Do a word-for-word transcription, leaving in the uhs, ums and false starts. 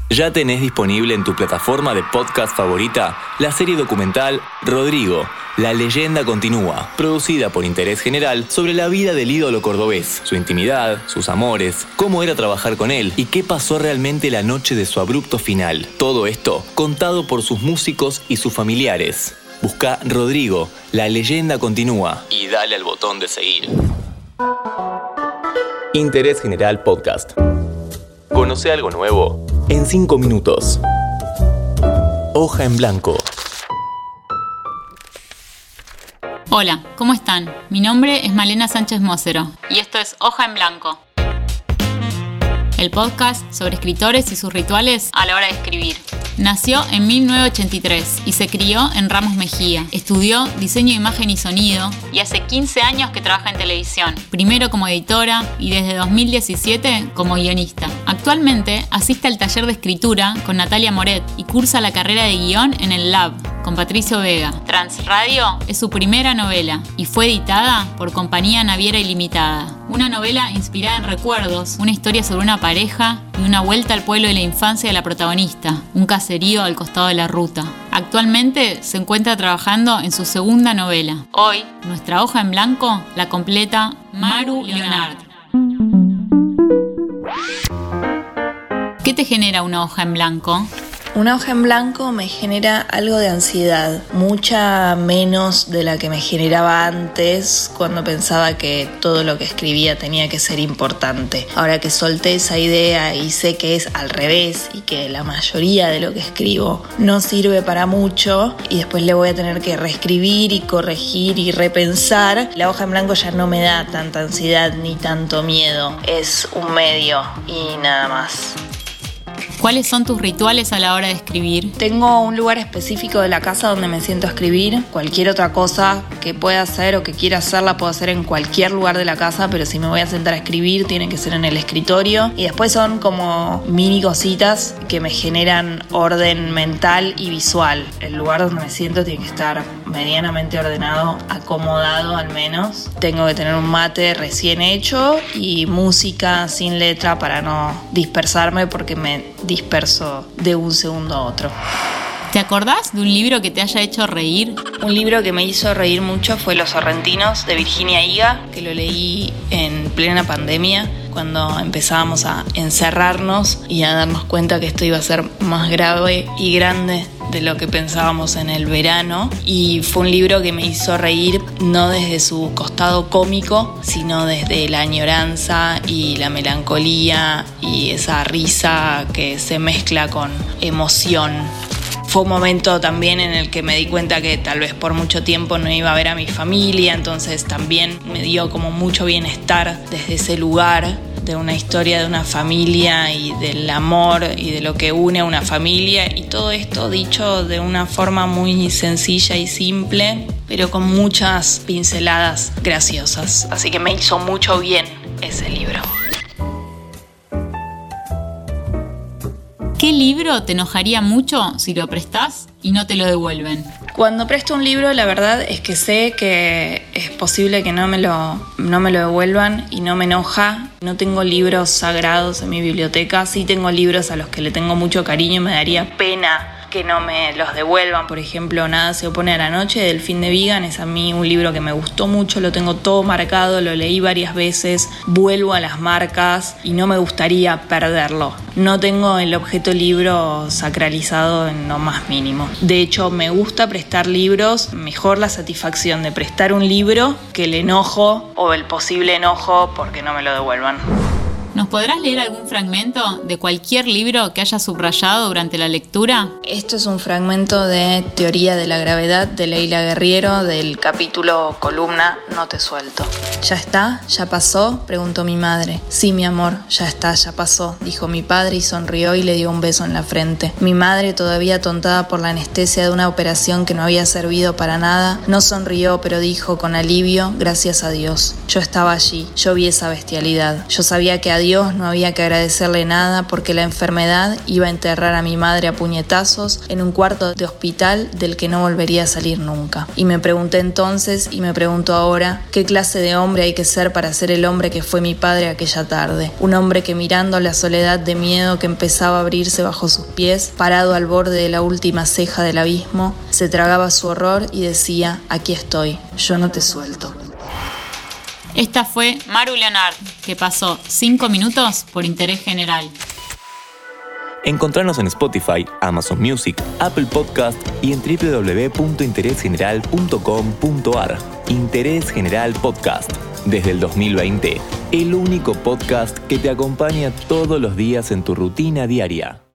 Ya tenés disponible en tu plataforma de podcast favorita la serie documental Rodrigo, la leyenda continúa, producida por Interés General sobre la vida del ídolo cordobés, su intimidad, sus amores, cómo era trabajar con él y qué pasó realmente la noche de su abrupto final. Todo esto contado por sus músicos y sus familiares. Busca Rodrigo, la leyenda continúa y dale al botón de seguir. Interés General Podcast. Conoce algo nuevo en cinco minutos. Hoja en blanco. Hola, ¿cómo están? Mi nombre es Malena Sánchez Mosero y esto es Hoja en Blanco, el podcast sobre escritores y sus rituales a la hora de escribir. Nació en mil novecientos ochenta y tres y se crió en Ramos Mejía. Estudió diseño de imagen y sonido y hace quince años que trabaja en televisión, primero como editora y desde dos mil diecisiete como guionista. Actualmente asiste al taller de escritura con Natalia Moret y cursa la carrera de guión en el Lab con Patricio Vega. Transradio es su primera novela y fue editada por Compañía Naviera Ilimitada. Una novela inspirada en recuerdos, una historia sobre una pareja y una vuelta al pueblo de la infancia de la protagonista, un caserío al costado de la ruta. Actualmente se encuentra trabajando en su segunda novela. Hoy, nuestra hoja en blanco la completa Maru Leonard. ¿Qué te genera una hoja en blanco? Una hoja en blanco me genera algo de ansiedad, mucha menos de la que me generaba antes cuando pensaba que todo lo que escribía tenía que ser importante. Ahora que solté esa idea y sé que es al revés y que la mayoría de lo que escribo no sirve para mucho y después le voy a tener que reescribir y corregir y repensar, la hoja en blanco ya no me da tanta ansiedad ni tanto miedo. Es un medio y nada más. ¿Cuáles son tus rituales a la hora de escribir? Tengo un lugar específico de la casa donde me siento a escribir. Cualquier otra cosa que pueda hacer o que quiera hacer la puedo hacer en cualquier lugar de la casa, pero si me voy a sentar a escribir tiene que ser en el escritorio. Y después son como mini cositas que me generan orden mental y visual. El lugar donde me siento tiene que estar medianamente ordenado, acomodado al menos. Tengo que tener un mate recién hecho y música sin letra para no dispersarme porque me disperso de un segundo a otro. ¿Te acordás de un libro que te haya hecho reír? Un libro que me hizo reír mucho fue Los Sorrentinos de Virginia Higa, que lo leí en plena pandemia, cuando empezábamos a encerrarnos y a darnos cuenta que esto iba a ser más grave y grande de lo que pensábamos en el verano. Y fue un libro que me hizo reír no desde su costado cómico, sino desde la añoranza y la melancolía y esa risa que se mezcla con emoción. Fue un momento también en el que me di cuenta que tal vez por mucho tiempo no iba a ver a mi familia, entonces también me dio como mucho bienestar desde ese lugar de una historia de una familia y del amor y de lo que une a una familia, y todo esto dicho de una forma muy sencilla y simple, pero con muchas pinceladas graciosas. Así que me hizo mucho bien ese libro. ¿Qué libro te enojaría mucho si lo prestás y no te lo devuelven? Cuando presto un libro, la verdad es que sé que es posible que no me lo, no me lo devuelvan y no me enoja. No tengo libros sagrados en mi biblioteca, sí tengo libros a los que le tengo mucho cariño y me daría pena que no me los devuelvan. Por ejemplo, Nada se opone a la noche, de Delfín de Vigan, es a mí un libro que me gustó mucho, lo tengo todo marcado, lo leí varias veces, vuelvo a las marcas y no me gustaría perderlo. No tengo el objeto libro sacralizado en lo más mínimo. De hecho, me gusta prestar libros, mejor la satisfacción de prestar un libro que el enojo o el posible enojo porque no me lo devuelvan. ¿Nos podrás leer algún fragmento de cualquier libro que hayas subrayado durante la lectura? Esto es un fragmento de Teoría de la Gravedad de Leila Guerriero, del capítulo Columna No te suelto. ¿Ya está? ¿Ya pasó?, preguntó mi madre. Sí, mi amor, ya está, ya pasó, dijo mi padre y sonrió y le dio un beso en la frente. Mi madre, todavía atontada por la anestesia de una operación que no había servido para nada, no sonrió, pero dijo con alivio: gracias a Dios. Yo estaba allí, yo vi esa bestialidad. Yo sabía que a Dios no había que agradecerle nada porque la enfermedad iba a enterrar a mi madre a puñetazos en un cuarto de hospital del que no volvería a salir nunca. Y me pregunté entonces y me pregunto ahora qué clase de hombre hombre hay que ser para ser el hombre que fue mi padre aquella tarde? Un hombre que mirando la soledad de miedo que empezaba a abrirse bajo sus pies, parado al borde de la última ceja del abismo, se tragaba su horror y decía: aquí estoy, yo no te suelto. Esta fue Maru Leonard, que pasó cinco minutos por Interés General. Encontrarnos en Spotify, Amazon Music, Apple Podcast y en doble u doble u doble u punto interés general punto com punto a r. Interés General Podcast. Desde el dos mil veinte, el único podcast que te acompaña todos los días en tu rutina diaria.